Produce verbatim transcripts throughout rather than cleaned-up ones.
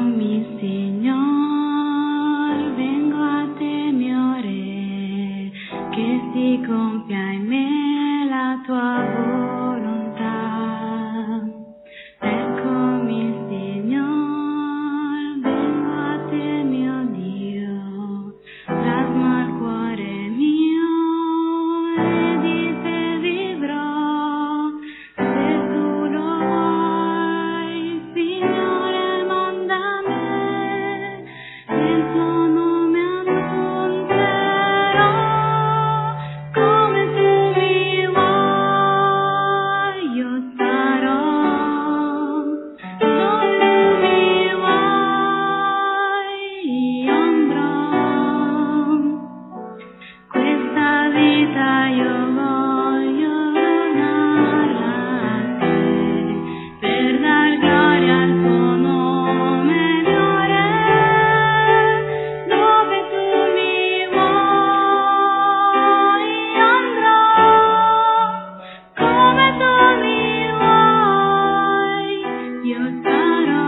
Eccomi, Signor, vengo a te, mio Re, che si compia in me la tua volontà. Eccomi, Signor, vengo a te, mio Dio, plasma il cuore mio e di te vivrò. Se tu lo vuoi, Signore, manda a me, nel tuo nome annunzierò come tu mi vuoi. Io sarò dove tu mi vuoi, io andrò. Questa vita io voglio donarla a te, per dar gloria al tuo nome, mio Re. Dove tu mi vuoi, io andrò. Come tu mi vuoi, io sarò.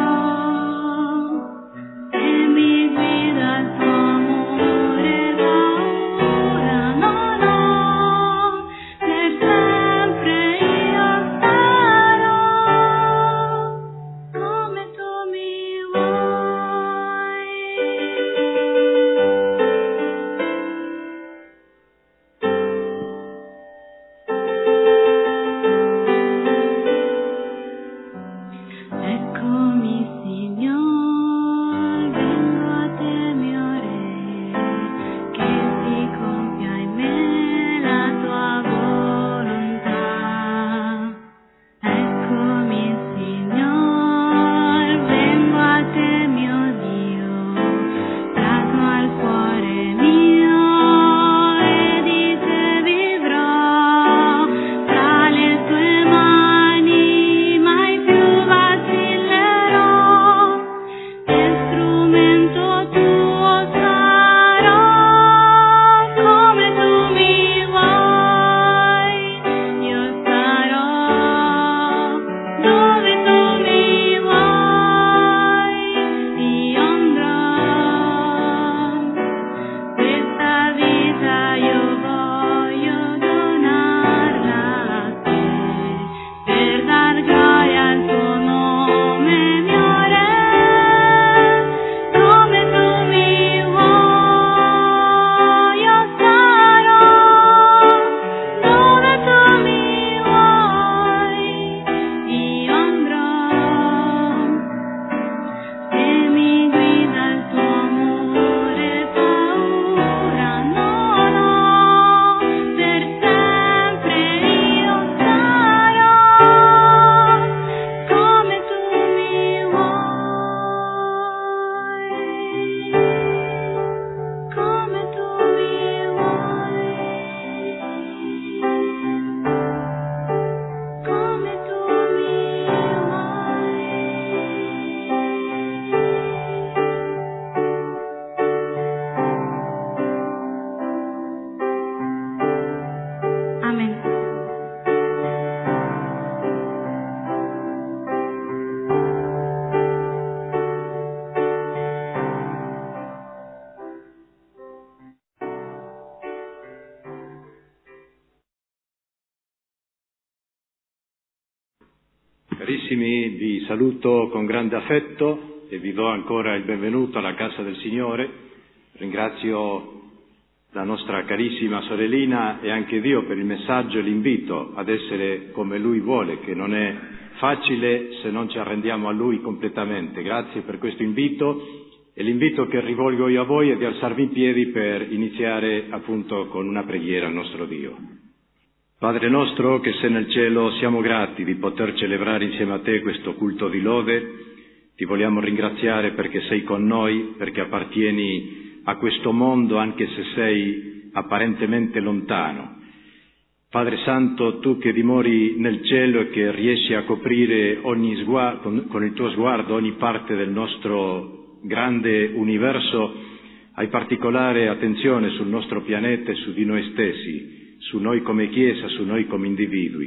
E mi guida il tuo amore, paura non ho, per sempre io sarò, come tu mi vuoi. Eccomi, Signor, vengo a te, mio Re, che si compia in me la tua volontà. Eccomi, Signor, vengo a te, mio Dio, plasma il cuore mio e di te vivrò. Tra le tue mani mai più vacillerò, per strumento tuo sarò, come tu mi vuoi, io sarò. Dove tu mi vuoi, io andrò. Questa vita io voglio donarla a te, per dar gloria al tuo nome, mio Re. Come tu mi vuoi, io sarò. Dove tu mi vuoi, io andrò. E mi guida il tuo amore, paura non ho, per sempre io sarò, come tu mi vuoi, come tu mi vuoi, come tu mi vuoi. Amen. Carissimi, vi saluto con grande affetto e vi do ancora il benvenuto alla casa del Signore. Ringrazio la nostra carissima sorellina e anche Dio per il messaggio e l'invito ad essere come Lui vuole, che non è facile se non ci arrendiamo a Lui completamente. Grazie per questo invito, e l'invito che rivolgo io a voi è di alzarvi in piedi per iniziare appunto con una preghiera al nostro Dio. Padre nostro che sei nel cielo, siamo grati di poter celebrare insieme a te questo culto di lode. Ti vogliamo ringraziare perché sei con noi, perché appartieni a questo mondo anche se sei apparentemente lontano. Padre Santo, tu che dimori nel cielo e che riesci a coprire ogni sguardo, con, con il tuo sguardo ogni parte del nostro grande universo, hai particolare attenzione sul nostro pianeta e su di noi stessi, su noi come Chiesa, su noi come individui.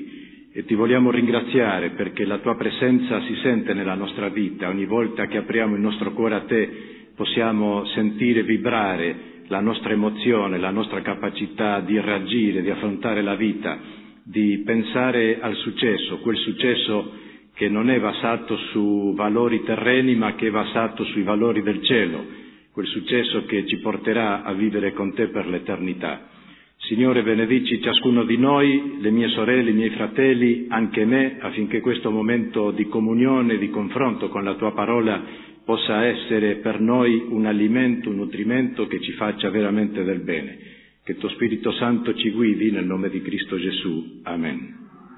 e ti vogliamo ringraziare perché la tua presenza si sente nella nostra vita. Ogni volta che apriamo il nostro cuore a te possiamo sentire vibrare la nostra emozione, la nostra capacità di reagire, di affrontare la vita, di pensare al successo, quel successo che non è basato su valori terreni ma che è basato sui valori del cielo, quel successo che ci porterà a vivere con te per l'eternità. Signore, benedici ciascuno di noi, le mie sorelle, i miei fratelli, anche me, affinché questo momento di comunione, di confronto con la tua parola possa essere per noi un alimento, un nutrimento che ci faccia veramente del bene. Che il tuo Spirito Santo ci guidi nel nome di Cristo Gesù. Amen.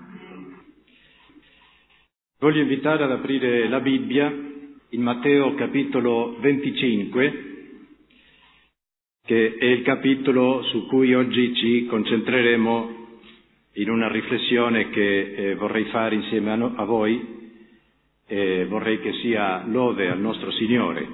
Voglio invitare ad aprire la Bibbia in Matteo capitolo venticinque, che è il capitolo su cui oggi ci concentreremo in una riflessione che eh, vorrei fare insieme a, no- a voi e vorrei che sia lode al nostro Signore.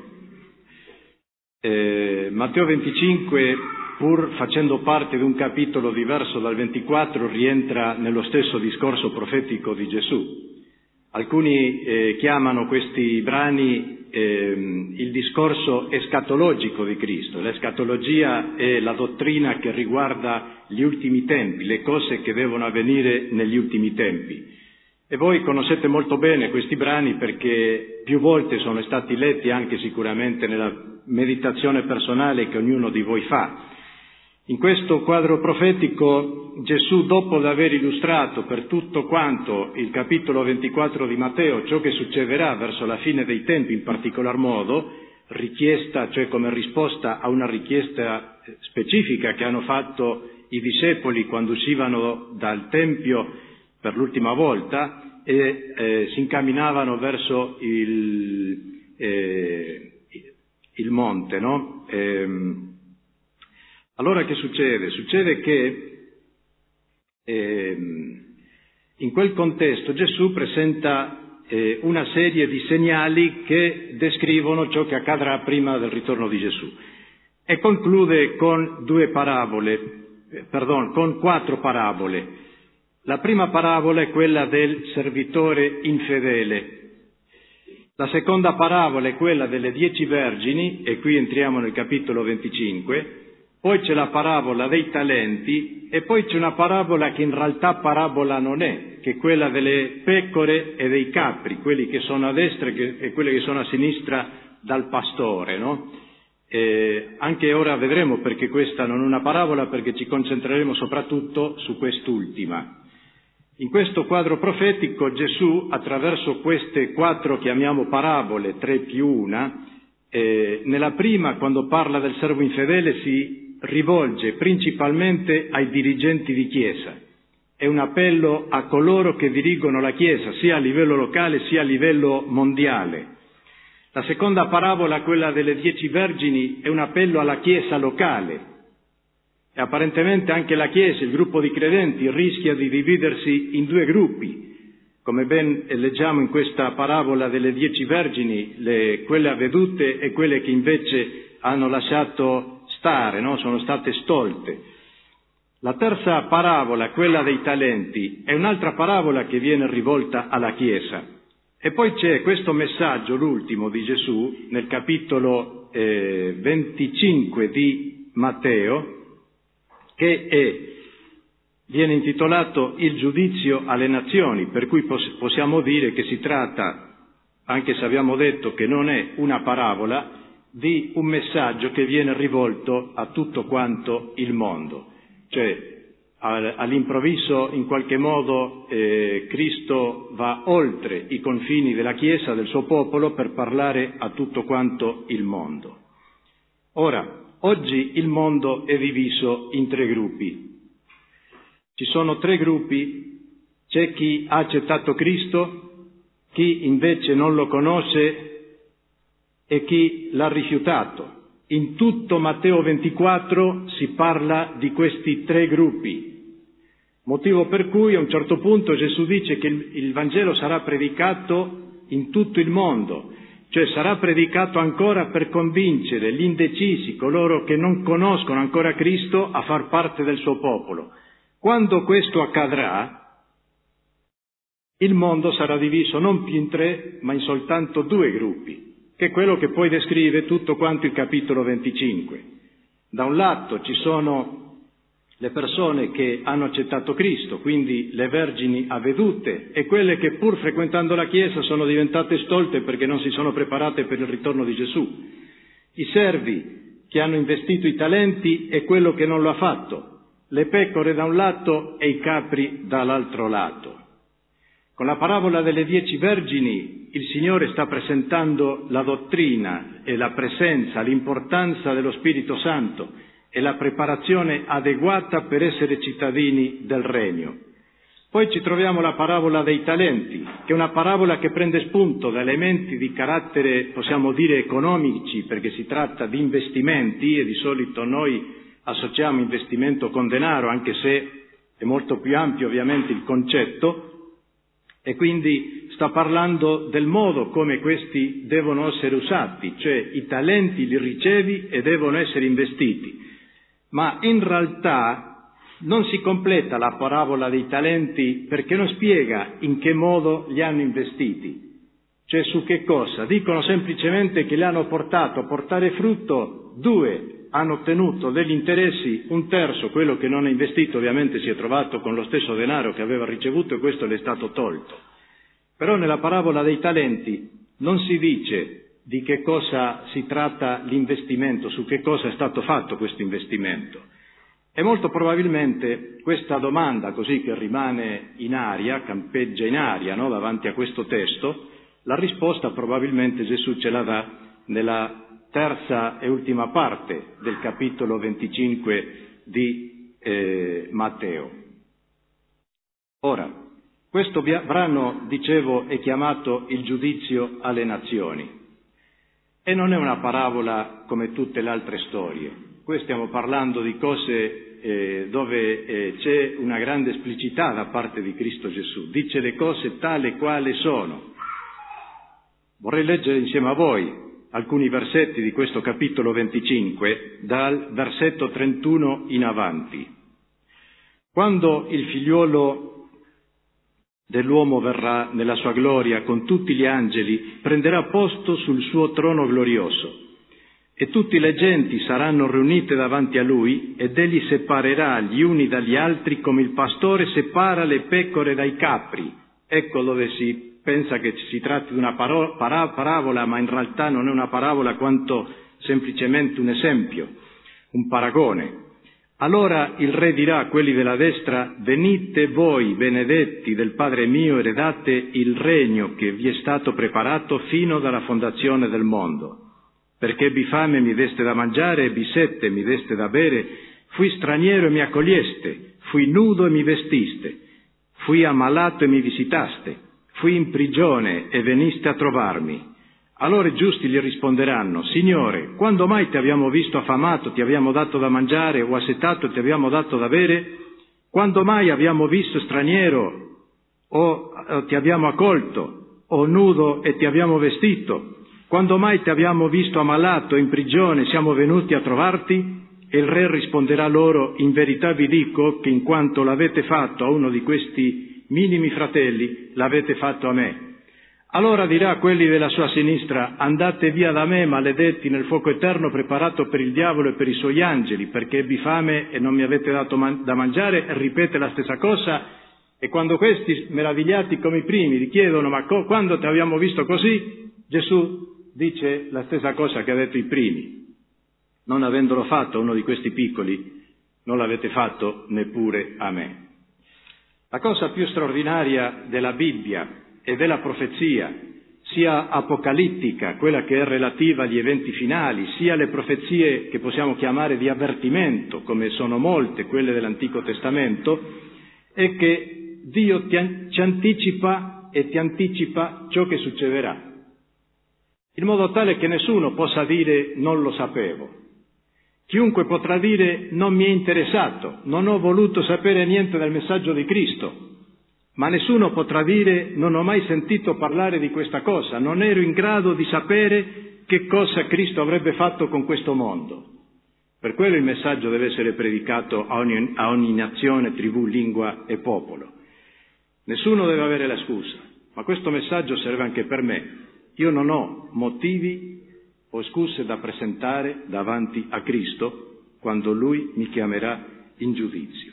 Eh, Matteo venticinque, pur facendo parte di un capitolo diverso dal ventiquattro, rientra nello stesso discorso profetico di Gesù. Alcuni eh, chiamano questi brani eh, il discorso escatologico di Cristo. L'escatologia è la dottrina che riguarda gli ultimi tempi, le cose che devono avvenire negli ultimi tempi. E voi conoscete molto bene questi brani perché più volte sono stati letti anche sicuramente nella meditazione personale che ognuno di voi fa. In questo quadro profetico Gesù, dopo aver illustrato per tutto quanto il capitolo ventiquattro di Matteo, ciò che succederà verso la fine dei tempi in particolar modo, richiesta, cioè come risposta a una richiesta specifica che hanno fatto i discepoli quando uscivano dal Tempio per l'ultima volta e eh, si incamminavano verso il, eh, il monte, no? Ehm, allora che succede? Succede che ehm, in quel contesto Gesù presenta eh, una serie di segnali che descrivono ciò che accadrà prima del ritorno di Gesù e conclude con due parabole, eh, pardon, con quattro parabole. La prima parabola è quella del servitore infedele. La seconda parabola è quella delle dieci vergini, e qui entriamo nel capitolo venticinque. Poi c'è la parabola dei talenti, e poi c'è una parabola che in realtà parabola non è, che è quella delle pecore e dei capri, quelli che sono a destra e quelli che sono a sinistra dal pastore, no? E anche ora vedremo perché questa non è una parabola, perché ci concentreremo soprattutto su quest'ultima. In questo quadro profetico Gesù, attraverso queste quattro, chiamiamo parabole, tre più una, eh, nella prima, quando parla del servo infedele, si rivolge principalmente ai dirigenti di Chiesa. È un appello a coloro che dirigono la Chiesa, sia a livello locale sia a livello mondiale. La seconda parabola, quella delle dieci vergini, è un appello alla Chiesa locale. E apparentemente anche la Chiesa, il gruppo di credenti, rischia di dividersi in due gruppi. Come ben leggiamo in questa parabola delle dieci vergini, le, quelle avvedute e quelle che invece hanno lasciato stare, no? Sono state stolte. La terza parabola, quella dei talenti, è un'altra parabola che viene rivolta alla Chiesa. E poi c'è questo messaggio, l'ultimo di Gesù, nel capitolo eh, venticinque di Matteo, che è, viene intitolato il giudizio alle nazioni, per cui pos- possiamo dire che si tratta, anche se abbiamo detto che non è una parabola, di un messaggio che viene rivolto a tutto quanto il mondo. Cioè, a- all'improvviso, in qualche modo, eh, Cristo va oltre i confini della Chiesa, del suo popolo, per parlare a tutto quanto il mondo. Ora, oggi il mondo è diviso in tre gruppi. Ci sono tre gruppi, c'è chi ha accettato Cristo, chi invece non lo conosce e chi l'ha rifiutato. In tutto Matteo ventiquattro si parla di questi tre gruppi, motivo per cui a un certo punto Gesù dice che il, il Vangelo sarà predicato in tutto il mondo, cioè sarà predicato ancora per convincere gli indecisi, coloro che non conoscono ancora Cristo, a far parte del suo popolo. Quando questo accadrà, il mondo sarà diviso non più in tre, ma in soltanto due gruppi, che è quello che poi descrive tutto quanto il capitolo venticinque. Da un lato ci sono le persone che hanno accettato Cristo, quindi le vergini avvedute, e quelle che pur frequentando la Chiesa sono diventate stolte perché non si sono preparate per il ritorno di Gesù. I servi che hanno investito i talenti e quello che non lo ha fatto, le pecore da un lato e i capri dall'altro lato. Con la parabola delle dieci vergini il Signore sta presentando la dottrina e la presenza, l'importanza dello Spirito Santo e la preparazione adeguata per essere cittadini del regno. Poi ci troviamo la parabola dei talenti, che è una parabola che prende spunto da elementi di carattere, possiamo dire, economici, perché si tratta di investimenti e di solito noi associamo investimento con denaro, anche se è molto più ampio ovviamente il concetto, e quindi sta parlando del modo come questi devono essere usati, cioè i talenti li ricevi e devono essere investiti. Ma in realtà non si completa la parabola dei talenti perché non spiega in che modo li hanno investiti, cioè su che cosa. Dicono semplicemente che li hanno portato a portare frutto, due hanno ottenuto degli interessi, un terzo, quello che non ha investito, ovviamente si è trovato con lo stesso denaro che aveva ricevuto e questo le è stato tolto. Però nella parabola dei talenti non si dice di che cosa si tratta l'investimento, su che cosa è stato fatto questo investimento. E molto probabilmente questa domanda, così che rimane in aria, campeggia in aria, no, davanti a questo testo, la risposta probabilmente Gesù ce la dà nella terza e ultima parte del capitolo venticinque di eh, Matteo. Ora, questo brano, dicevo, è chiamato il giudizio alle nazioni. E non è una parabola come tutte le altre storie. Qui stiamo parlando di cose eh, dove eh, c'è una grande esplicità da parte di Cristo Gesù. Dice le cose tale quali sono. Vorrei leggere insieme a voi alcuni versetti di questo capitolo venticinque, dal versetto trentuno in avanti. Quando il figliuolo dell'uomo verrà nella sua gloria con tutti gli angeli, prenderà posto sul suo trono glorioso. E tutte le genti saranno riunite davanti a lui, ed egli separerà gli uni dagli altri come il pastore separa le pecore dai capri. Ecco dove si pensa che si tratti di una paro- para- parabola, ma in realtà non è una parabola quanto semplicemente un esempio, un paragone. Allora il re dirà a quelli della destra: venite voi, benedetti del Padre mio, eredate il regno che vi è stato preparato fino dalla fondazione del mondo. Perché ebbi fame e mi deste da mangiare, ebbi sette e mi deste da bere, fui straniero e mi accoglieste, fui nudo e mi vestiste, fui ammalato e mi visitaste, fui in prigione e veniste a trovarmi. Allora i giusti gli risponderanno: Signore, quando mai ti abbiamo visto affamato, ti abbiamo dato da mangiare, o assetato e ti abbiamo dato da bere? Quando mai abbiamo visto straniero o, o ti abbiamo accolto, o nudo e ti abbiamo vestito? Quando mai ti abbiamo visto ammalato o in prigione, siamo venuti a trovarti? E il re risponderà loro: in verità vi dico che in quanto l'avete fatto a uno di questi minimi fratelli, l'avete fatto a me. Allora dirà a quelli della sua sinistra: andate via da me, maledetti, nel fuoco eterno preparato per il diavolo e per i suoi angeli, perché ebbi fame e non mi avete dato man- da mangiare, e ripete la stessa cosa. E quando questi, meravigliati come i primi, gli chiedono: ma co- quando ti abbiamo visto così? Gesù dice la stessa cosa che ha detto i primi: non avendolo fatto a uno di questi piccoli, non l'avete fatto neppure a me. La cosa più straordinaria della Bibbia e della profezia, sia apocalittica, quella che è relativa agli eventi finali, sia le profezie che possiamo chiamare di avvertimento, come sono molte quelle dell'Antico Testamento, è che Dio ti, ci anticipa e ti anticipa ciò che succederà, in modo tale che nessuno possa dire non lo sapevo. Chiunque potrà dire non mi è interessato, non ho voluto sapere niente del messaggio di Cristo, ma nessuno potrà dire non ho mai sentito parlare di questa cosa, non ero in grado di sapere che cosa Cristo avrebbe fatto con questo mondo. Per quello il messaggio deve essere predicato a ogni, a ogni nazione, tribù, lingua e popolo. Nessuno deve avere la scusa, ma questo messaggio serve anche per me. Io non ho motivi o scuse da presentare davanti a Cristo quando Lui mi chiamerà in giudizio.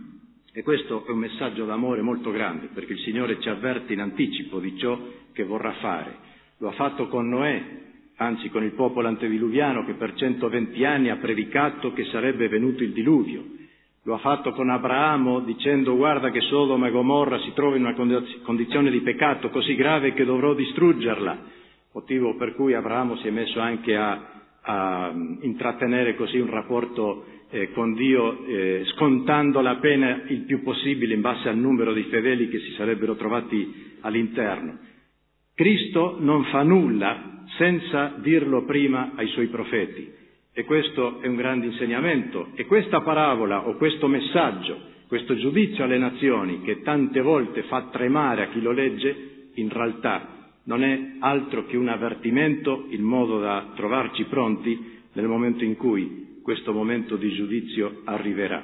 E questo è un messaggio d'amore molto grande, perché il Signore ci avverte in anticipo di ciò che vorrà fare. Lo ha fatto con Noè, anzi con il popolo antediluviano, che per centoventi anni ha predicato che sarebbe venuto il diluvio. Lo ha fatto con Abramo dicendo: guarda che Sodoma e Gomorra si trova in una condizione di peccato così grave che dovrò distruggerla, motivo per cui Abramo si è messo anche a, a intrattenere così un rapporto eh, con Dio, eh, scontando la pena il più possibile in base al numero di fedeli che si sarebbero trovati all'interno. Cristo non fa nulla senza dirlo prima ai suoi profeti. E questo è un grande insegnamento. E questa parabola o questo messaggio, questo giudizio alle nazioni che tante volte fa tremare a chi lo legge, in realtà non è altro che un avvertimento in modo da trovarci pronti nel momento in cui questo momento di giudizio arriverà.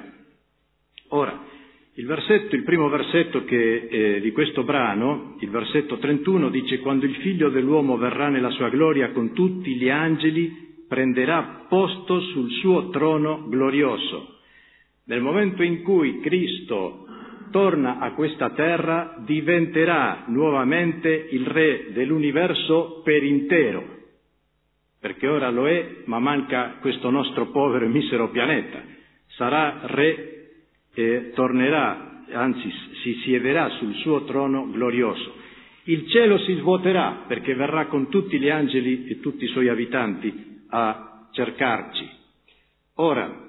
Ora, il versetto, il primo versetto che, eh, di questo brano, il versetto trentuno, dice: quando il Figlio dell'uomo verrà nella sua gloria con tutti gli angeli, prenderà posto sul suo trono glorioso. Nel momento in cui Cristo torna a questa terra, diventerà nuovamente il Re dell'universo per intero, perché ora lo è, ma manca questo nostro povero e misero pianeta. Sarà Re e tornerà, anzi si siederà sul suo trono glorioso. Il cielo si svuoterà perché verrà con tutti gli angeli e tutti i suoi abitanti a cercarci. Ora,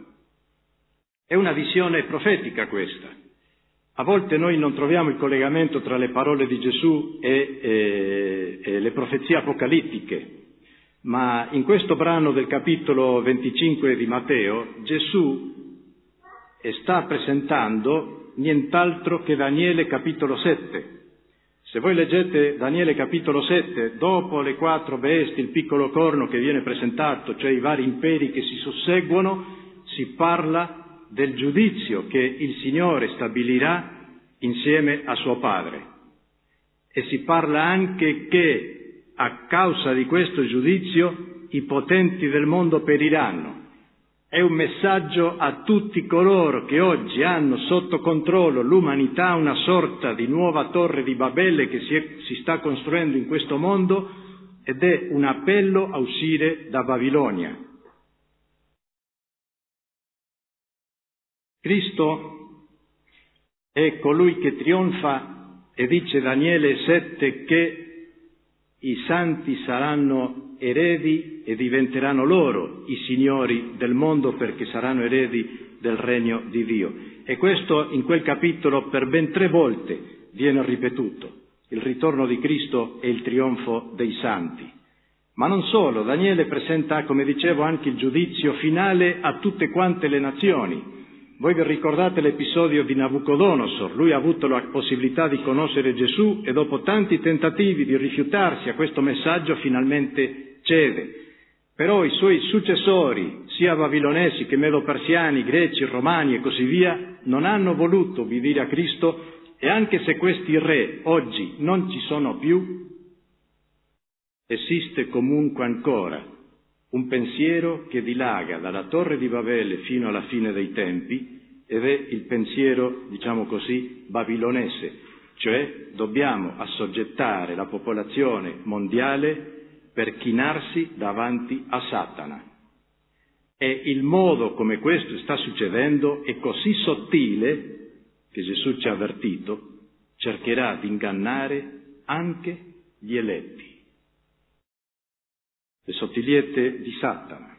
è una visione profetica questa. A volte noi non troviamo il collegamento tra le parole di Gesù e, e, e le profezie apocalittiche, ma in questo brano del capitolo venticinque di Matteo Gesù sta presentando nient'altro che Daniele capitolo sette. Se voi leggete Daniele capitolo sette, dopo le quattro bestie, il piccolo corno che viene presentato, cioè i vari imperi che si susseguono, si parla del giudizio che il Signore stabilirà insieme a suo Padre. E si parla anche che a causa di questo giudizio i potenti del mondo periranno. È un messaggio a tutti coloro che oggi hanno sotto controllo l'umanità, una sorta di nuova torre di Babele che si, è, si sta costruendo in questo mondo, ed è un appello a uscire da Babilonia. Cristo è colui che trionfa e dice Daniele sette che i santi saranno eredi e diventeranno loro i signori del mondo, perché saranno eredi del regno di Dio. E questo in quel capitolo per ben tre volte viene ripetuto. Il ritorno di Cristo e il trionfo dei santi. Ma non solo, Daniele presenta, come dicevo, anche il giudizio finale a tutte quante le nazioni. Voi vi ricordate l'episodio di Nabucodonosor? Lui ha avuto la possibilità di conoscere Gesù e dopo tanti tentativi di rifiutarsi a questo messaggio finalmente cede. Però i suoi successori, sia babilonesi che medo-persiani, greci, romani e così via, non hanno voluto obbedire a Cristo, e anche se questi re oggi non ci sono più, esiste comunque ancora un pensiero che dilaga dalla torre di Babele fino alla fine dei tempi, ed è il pensiero, diciamo così, babilonese, cioè dobbiamo assoggettare la popolazione mondiale per chinarsi davanti a Satana. E il modo come questo sta succedendo è così sottile che Gesù ci ha avvertito, cercherà di ingannare anche gli eletti. Le sottigliette di Satana.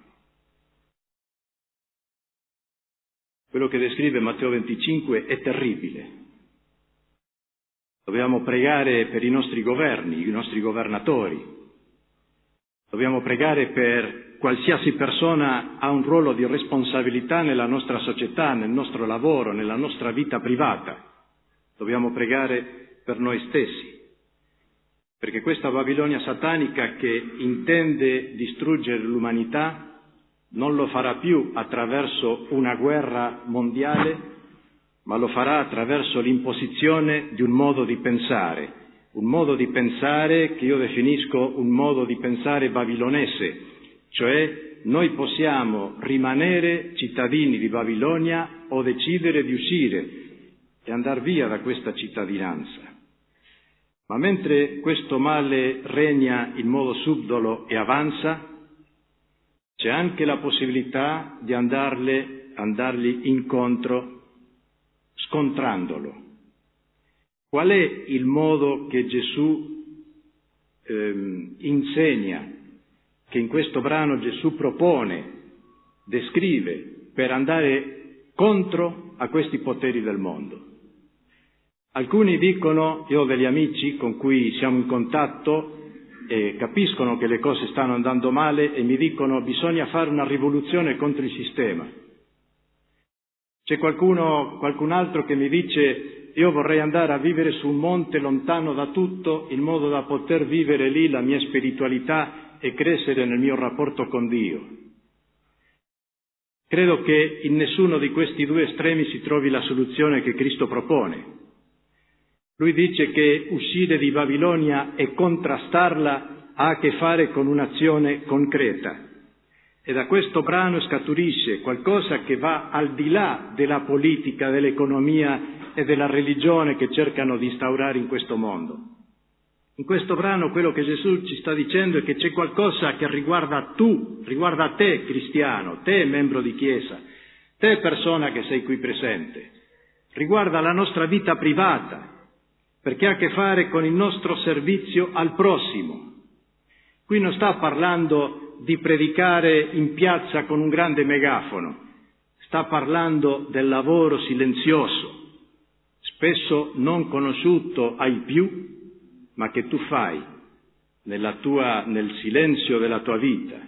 Quello che descrive Matteo venticinque è terribile. Dobbiamo pregare per i nostri governi, i nostri governatori. Dobbiamo pregare per qualsiasi persona ha un ruolo di responsabilità nella nostra società, nel nostro lavoro, nella nostra vita privata. Dobbiamo pregare per noi stessi. Perché questa Babilonia satanica che intende distruggere l'umanità non lo farà più attraverso una guerra mondiale, ma lo farà attraverso l'imposizione di un modo di pensare, un modo di pensare che io definisco un modo di pensare babilonese, cioè noi possiamo rimanere cittadini di Babilonia o decidere di uscire e andar via da questa cittadinanza. Ma mentre questo male regna in modo subdolo e avanza, c'è anche la possibilità di andarle, andargli incontro scontrandolo. Qual è il modo che Gesù ehm, insegna, che in questo brano Gesù propone, descrive, per andare contro a questi poteri del mondo? Alcuni dicono, io ho degli amici con cui siamo in contatto e capiscono che le cose stanno andando male e mi dicono bisogna fare una rivoluzione contro il sistema. C'è qualcuno, qualcun altro che mi dice io vorrei andare a vivere su un monte lontano da tutto in modo da poter vivere lì la mia spiritualità e crescere nel mio rapporto con Dio. Credo che in nessuno di questi due estremi si trovi la soluzione che Cristo propone. Lui dice che uscire di Babilonia e contrastarla ha a che fare con un'azione concreta. E da questo brano scaturisce qualcosa che va al di là della politica, dell'economia e della religione che cercano di instaurare in questo mondo. In questo brano quello che Gesù ci sta dicendo è che c'è qualcosa che riguarda tu, riguarda te cristiano, te membro di chiesa, te persona che sei qui presente, riguarda la nostra vita privata, perché ha a che fare con il nostro servizio al prossimo. Qui non sta parlando di predicare in piazza con un grande megafono, sta parlando del lavoro silenzioso, spesso non conosciuto ai più, ma che tu fai nella tua, nel silenzio della tua vita,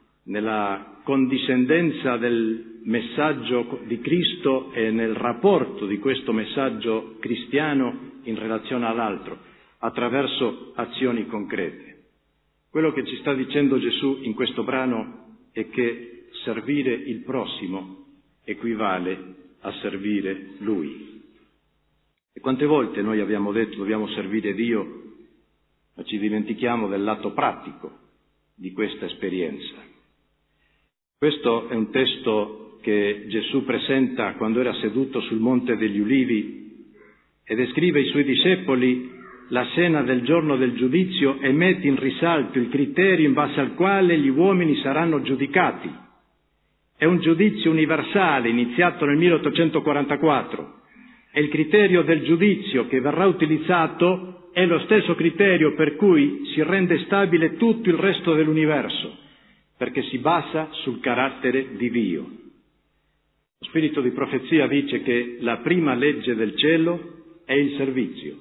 nella condiscendenza del messaggio di Cristo e nel rapporto di questo messaggio cristiano in relazione all'altro, attraverso azioni concrete. Quello che ci sta dicendo Gesù in questo brano è che servire il prossimo equivale a servire Lui. E quante volte noi abbiamo detto dobbiamo servire Dio, ma ci dimentichiamo del lato pratico di questa esperienza. Questo è un testo che Gesù presenta quando era seduto sul Monte degli Ulivi e descrive ai suoi discepoli la scena del giorno del giudizio e mette in risalto il criterio in base al quale gli uomini saranno giudicati. È un giudizio universale iniziato nel milleottocentoquarantaquattro e il criterio del giudizio che verrà utilizzato è lo stesso criterio per cui si rende stabile tutto il resto dell'universo, perché si basa sul carattere di Dio. Lo spirito di profezia dice che la prima legge del cielo è il servizio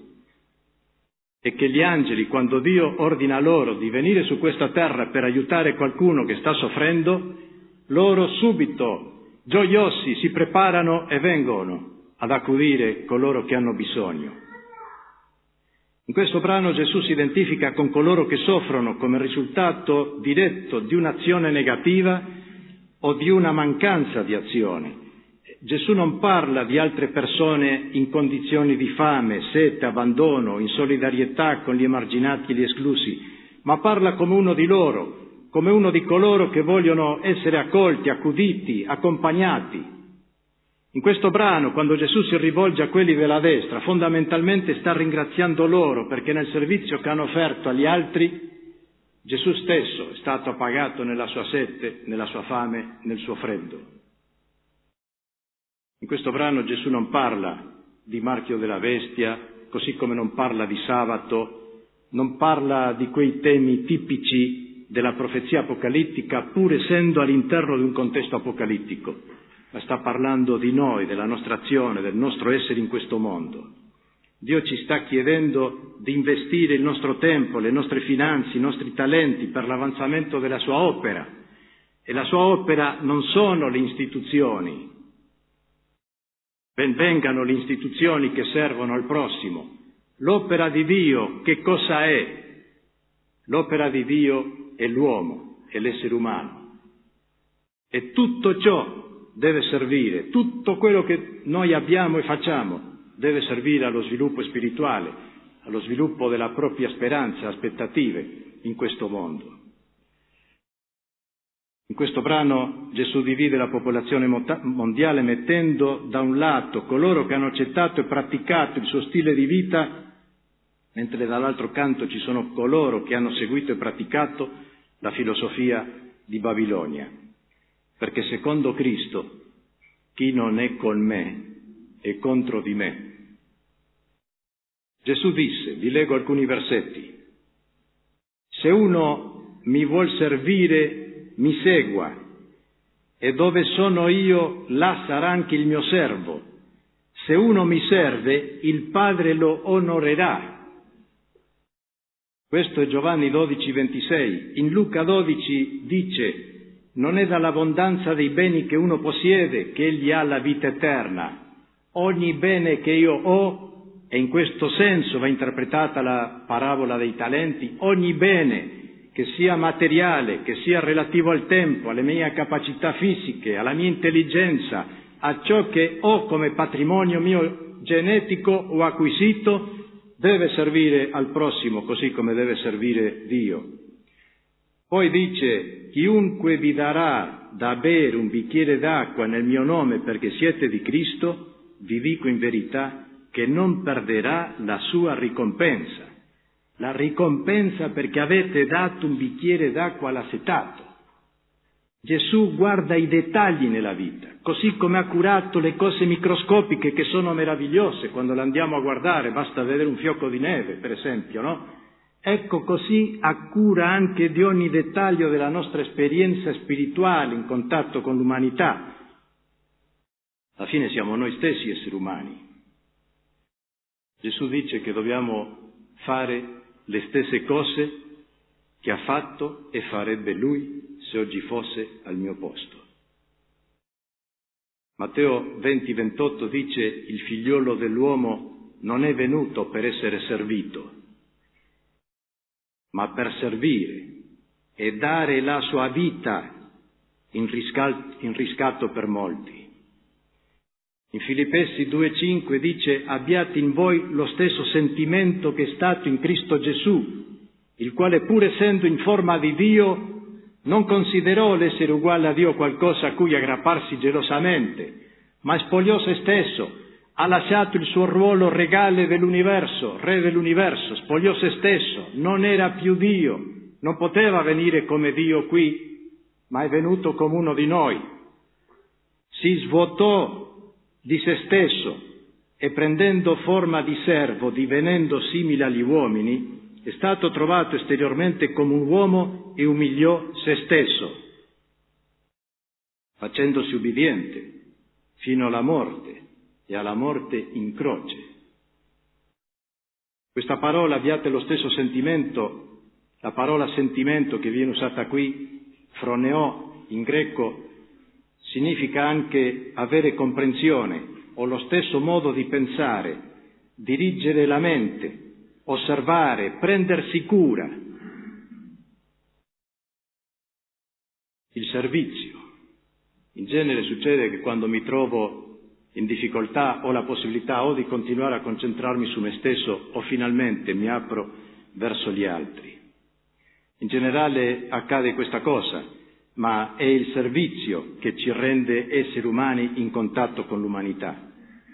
e che gli angeli, quando Dio ordina loro di venire su questa terra per aiutare qualcuno che sta soffrendo, loro subito, gioiosi, si preparano e vengono ad accudire coloro che hanno bisogno. In questo brano Gesù si identifica con coloro che soffrono come risultato diretto di un'azione negativa o di una mancanza di azione. Gesù non parla di altre persone in condizioni di fame, sete, abbandono, in solidarietà con gli emarginati e gli esclusi, ma parla come uno di loro, come uno di coloro che vogliono essere accolti, accuditi, accompagnati. In questo brano, quando Gesù si rivolge a quelli della destra, fondamentalmente sta ringraziando loro perché nel servizio che hanno offerto agli altri, Gesù stesso è stato appagato nella sua sete, nella sua fame, nel suo freddo. In questo brano Gesù non parla di marchio della bestia, così come non parla di sabato, non parla di quei temi tipici della profezia apocalittica, pur essendo all'interno di un contesto apocalittico, ma sta parlando di noi, della nostra azione, del nostro essere in questo mondo. Dio ci sta chiedendo di investire il nostro tempo, le nostre finanze, i nostri talenti per l'avanzamento della sua opera. E la sua opera non sono le istituzioni. Ben vengano le istituzioni che servono al prossimo. L'opera di Dio che cosa è? L'opera di Dio è l'uomo, è l'essere umano. E tutto ciò deve servire, tutto quello che noi abbiamo e facciamo deve servire allo sviluppo spirituale, allo sviluppo della propria speranza, aspettative in questo mondo. In questo brano Gesù divide la popolazione mondiale mettendo da un lato coloro che hanno accettato e praticato il suo stile di vita, mentre dall'altro canto ci sono coloro che hanno seguito e praticato la filosofia di Babilonia. Perché secondo Cristo chi non è con me è contro di me. Gesù disse, vi leggo alcuni versetti, se uno mi vuol servire, mi segua, e dove sono io, là sarà anche il mio servo. Se uno mi serve, il Padre lo onorerà. Questo è Giovanni dodici ventisei. In Luca dodici dice, non è dall'abbondanza dei beni che uno possiede che egli ha la vita eterna. Ogni bene che io ho, e in questo senso va interpretata la parabola dei talenti, ogni bene che sia materiale, che sia relativo al tempo, alle mie capacità fisiche, alla mia intelligenza, a ciò che ho come patrimonio mio genetico o acquisito, deve servire al prossimo così come deve servire Dio. Poi dice, chiunque vi darà da bere un bicchiere d'acqua nel mio nome perché siete di Cristo, vi dico in verità che non perderà la sua ricompensa. La ricompensa perché avete dato un bicchiere d'acqua all'assetato. Gesù guarda i dettagli nella vita, così come ha curato le cose microscopiche che sono meravigliose quando le andiamo a guardare, basta vedere un fiocco di neve, per esempio, no? Ecco, così ha cura anche di ogni dettaglio della nostra esperienza spirituale in contatto con l'umanità. Alla fine siamo noi stessi esseri umani. Gesù dice che dobbiamo fare le stesse cose che ha fatto e farebbe Lui se oggi fosse al mio posto. Matteo venti ventotto dice, il figliolo dell'uomo non è venuto per essere servito, ma per servire e dare la sua vita in riscatto, in riscatto per molti. In Filippesi due cinque dice, abbiate in voi lo stesso sentimento che è stato in Cristo Gesù, il quale pur essendo in forma di Dio non considerò l'essere uguale a Dio qualcosa a cui aggrapparsi gelosamente, ma spogliò se stesso, ha lasciato il suo ruolo regale dell'universo, re dell'universo, spogliò se stesso, non era più Dio, non poteva venire come Dio qui, ma è venuto come uno di noi. Si svuotò di se stesso e prendendo forma di servo, divenendo simile agli uomini, è stato trovato esteriormente come un uomo e umiliò se stesso, facendosi ubbidiente fino alla morte e alla morte in croce. Questa parola, abbiate lo stesso sentimento, la parola sentimento che viene usata qui, phroneo in greco, significa anche avere comprensione o lo stesso modo di pensare, dirigere la mente, osservare, prendersi cura. Il servizio. In genere succede che quando mi trovo in difficoltà ho la possibilità o di continuare a concentrarmi su me stesso o finalmente mi apro verso gli altri. In generale accade questa cosa, ma è il servizio che ci rende esseri umani in contatto con l'umanità.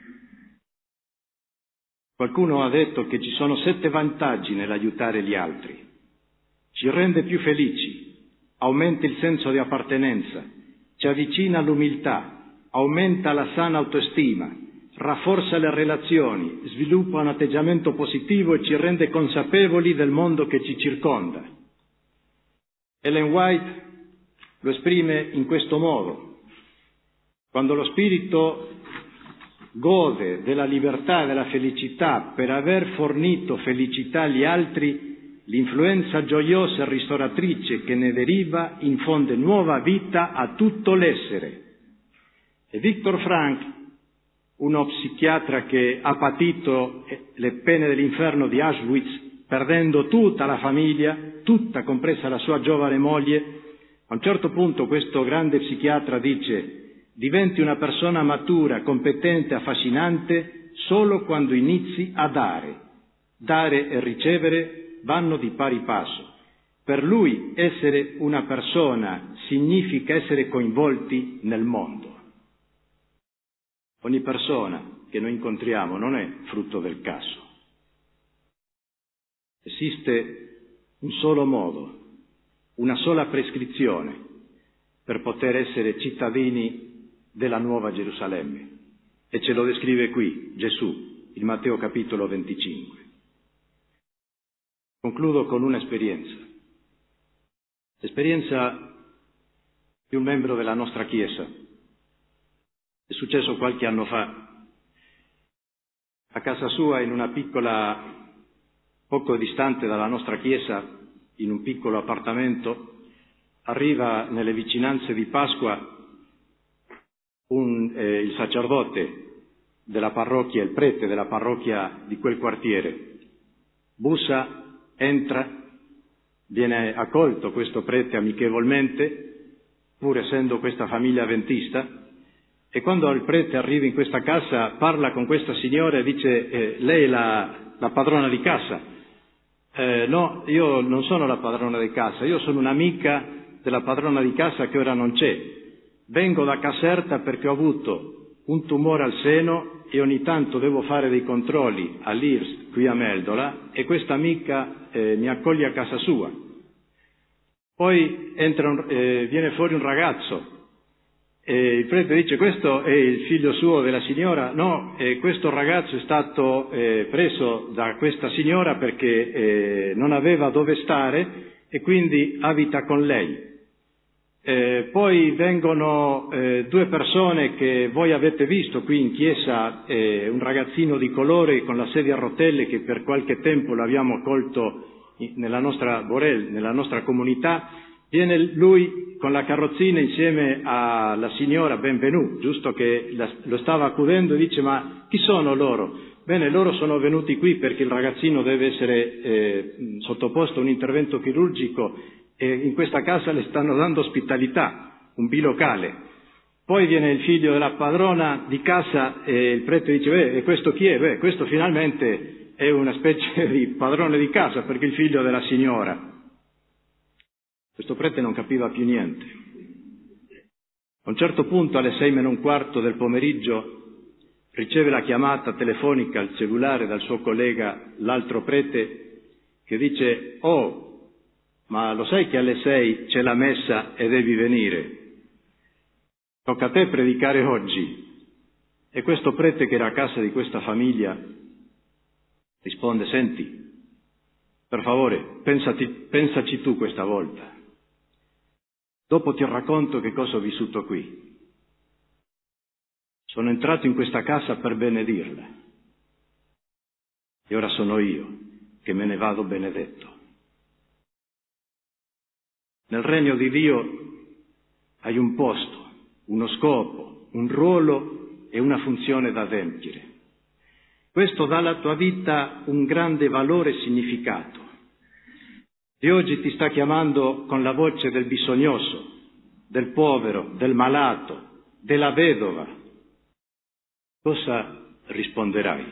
Qualcuno ha detto che ci sono sette vantaggi nell'aiutare gli altri. Ci rende più felici, aumenta il senso di appartenenza, ci avvicina all'umiltà, aumenta la sana autostima, rafforza le relazioni, sviluppa un atteggiamento positivo e ci rende consapevoli del mondo che ci circonda. Ellen White lo esprime in questo modo. Quando lo spirito gode della libertà e della felicità per aver fornito felicità agli altri, l'influenza gioiosa e ristoratrice che ne deriva infonde nuova vita a tutto l'essere. E Viktor Frankl, uno psichiatra che ha patito le pene dell'inferno di Auschwitz, perdendo tutta la famiglia, tutta compresa la sua giovane moglie, a un certo punto questo grande psichiatra dice: diventi una persona matura, competente, affascinante solo quando inizi a dare. Dare e ricevere vanno di pari passo. Per lui essere una persona significa essere coinvolti nel mondo. Ogni persona che noi incontriamo non è frutto del caso. Esiste un solo modo, una sola prescrizione per poter essere cittadini della Nuova Gerusalemme. E ce lo descrive qui Gesù, in Matteo capitolo venticinque. Concludo con un'esperienza. L'esperienza di un membro della nostra Chiesa. È successo qualche anno fa. A casa sua, in una piccola, poco distante dalla nostra chiesa, in un piccolo appartamento, arriva nelle vicinanze di Pasqua un, eh, il sacerdote della parrocchia, il prete della parrocchia di quel quartiere. Bussa, entra, viene accolto questo prete amichevolmente, pur essendo questa famiglia avventista. E quando il prete arriva in questa casa, parla con questa signora e dice eh, lei è la, la padrona di casa. Eh, no, io non sono la padrona di casa, io sono un'amica della padrona di casa che ora non c'è. Vengo da Caserta perché ho avuto un tumore al seno e ogni tanto devo fare dei controlli all'I R S qui a Meldola e questa amica eh, mi accoglie a casa sua. Poi entra un, eh, viene fuori un ragazzo. E il prete dice: questo è il figlio suo della signora? No, eh, questo ragazzo è stato eh, preso da questa signora perché eh, non aveva dove stare e quindi abita con lei. Eh, poi vengono eh, due persone che voi avete visto qui in chiesa, eh, un ragazzino di colore con la sedia a rotelle che per qualche tempo l'abbiamo accolto nella nostra Borel, nella nostra comunità. Viene lui con la carrozzina insieme alla signora Benvenù, giusto che la, lo stava accudendo, e dice: ma chi sono loro? Bene, loro sono venuti qui perché il ragazzino deve essere eh, sottoposto a un intervento chirurgico e in questa casa le stanno dando ospitalità, un bilocale. Poi viene il figlio della padrona di casa e il prete dice: beh, e questo chi è? Beh, questo finalmente è una specie di padrone di casa perché è il figlio della signora. Questo prete non capiva più niente. A un certo punto, alle sei meno un quarto del pomeriggio, riceve la chiamata telefonica al cellulare dal suo collega, l'altro prete, che dice: oh, ma lo sai che alle sei c'è la messa e devi venire? Tocca a te predicare oggi. E questo prete, che era a casa di questa famiglia, risponde: senti, per favore, pensati, pensaci tu questa volta. Dopo ti racconto che cosa ho vissuto qui. Sono entrato in questa casa per benedirla. E ora sono io che me ne vado benedetto. Nel regno di Dio hai un posto, uno scopo, un ruolo e una funzione da adempiere. Questo dà alla tua vita un grande valore e significato. E oggi ti sta chiamando con la voce del bisognoso, del povero, del malato, della vedova. Cosa risponderai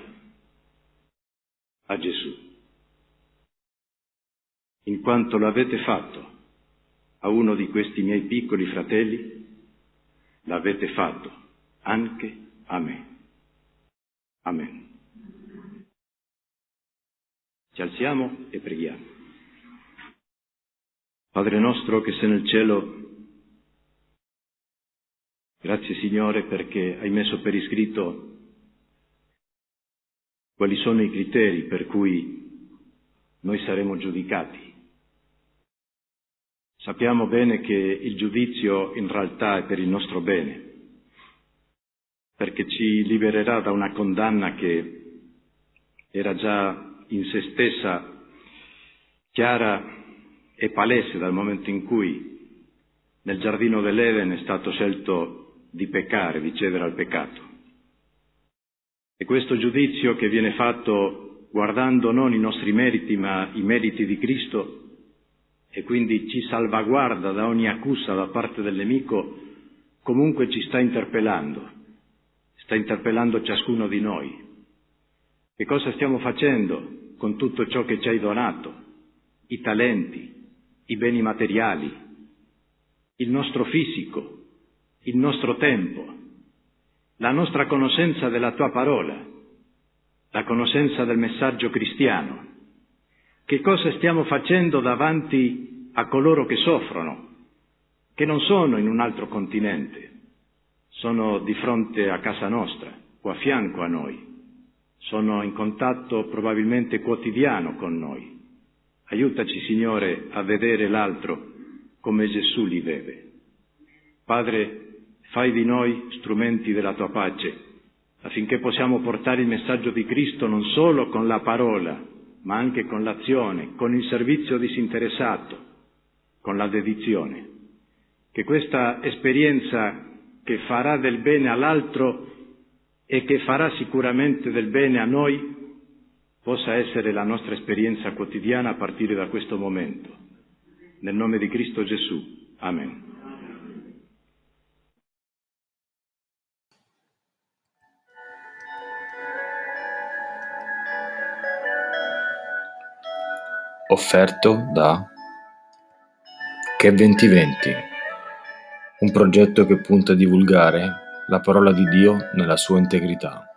a Gesù? In quanto lo avete fatto a uno di questi miei piccoli fratelli, l'avete fatto anche a me. Amen. Ci alziamo e preghiamo. Padre nostro che sei nel cielo, grazie Signore perché hai messo per iscritto quali sono i criteri per cui noi saremo giudicati. Sappiamo bene che il giudizio in realtà è per il nostro bene, perché ci libererà da una condanna che era già in se stessa chiara e palese dal momento in cui nel giardino dell'Eden è stato scelto di peccare, di cedere al peccato. E questo giudizio che viene fatto guardando non i nostri meriti ma i meriti di Cristo e quindi ci salvaguarda da ogni accusa da parte del nemico, comunque ci sta interpellando, sta interpellando ciascuno di noi. Che cosa stiamo facendo con tutto ciò che ci hai donato, i talenti, i beni materiali, il nostro fisico, il nostro tempo, la nostra conoscenza della tua parola, la conoscenza del messaggio cristiano? Che cosa stiamo facendo davanti a coloro che soffrono, che non sono in un altro continente, sono di fronte a casa nostra o a fianco a noi, sono in contatto probabilmente quotidiano con noi. Aiutaci, Signore, a vedere l'altro come Gesù li vede. Padre, fai di noi strumenti della tua pace, affinché possiamo portare il messaggio di Cristo non solo con la parola, ma anche con l'azione, con il servizio disinteressato, con la dedizione. Che questa esperienza che farà del bene all'altro e che farà sicuramente del bene a noi possa essere la nostra esperienza quotidiana a partire da questo momento. Nel nome di Cristo Gesù. Amen. Offerto da Che duemilaventi, un progetto che punta a divulgare la parola di Dio nella sua integrità.